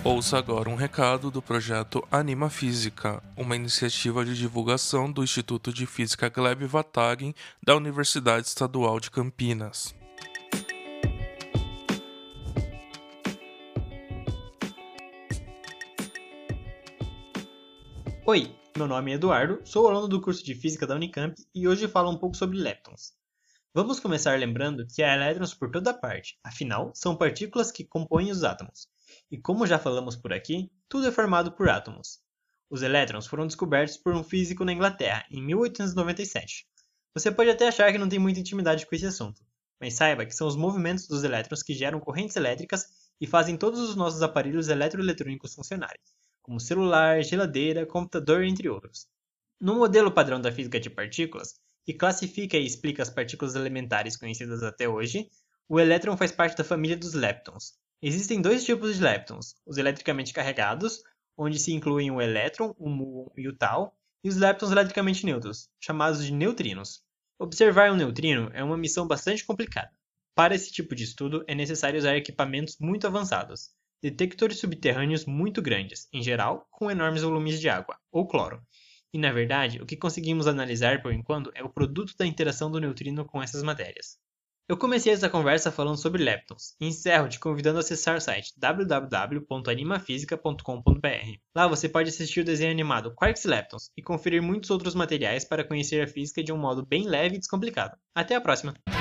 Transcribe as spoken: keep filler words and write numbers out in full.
Ouça agora um recado do projeto Anima Física, uma iniciativa de divulgação do Instituto de Física Gleb Vatagen da Universidade Estadual de Campinas. Oi, meu nome é Eduardo, sou aluno do curso de Física da Unicamp e hoje falo um pouco sobre leptons. Vamos começar lembrando que há elétrons por toda parte, afinal, são partículas que compõem os átomos. E como já falamos por aqui, tudo é formado por átomos. Os elétrons foram descobertos por um físico na Inglaterra, em mil oitocentos e noventa e sete. Você pode até achar que não tem muita intimidade com esse assunto, mas saiba que são os movimentos dos elétrons que geram correntes elétricas e fazem todos os nossos aparelhos eletroeletrônicos funcionarem, como celular, geladeira, computador, entre outros. No modelo padrão da física de partículas, que classifica e explica as partículas elementares conhecidas até hoje, o elétron faz parte da família dos leptons. Existem dois tipos de leptons, os eletricamente carregados, onde se incluem o elétron, o muon e o tau, e os leptons eletricamente neutros, chamados de neutrinos. Observar um neutrino é uma missão bastante complicada. Para esse tipo de estudo, é necessário usar equipamentos muito avançados, detectores subterrâneos muito grandes, em geral, com enormes volumes de água, ou cloro. E, na verdade, o que conseguimos analisar por enquanto é o produto da interação do neutrino com essas matérias. Eu comecei essa conversa falando sobre leptons, e encerro te convidando a acessar o site w w w ponto animafisica ponto com ponto b r. Lá você pode assistir o desenho animado Quarks e Leptons e conferir muitos outros materiais para conhecer a física de um modo bem leve e descomplicado. Até a próxima!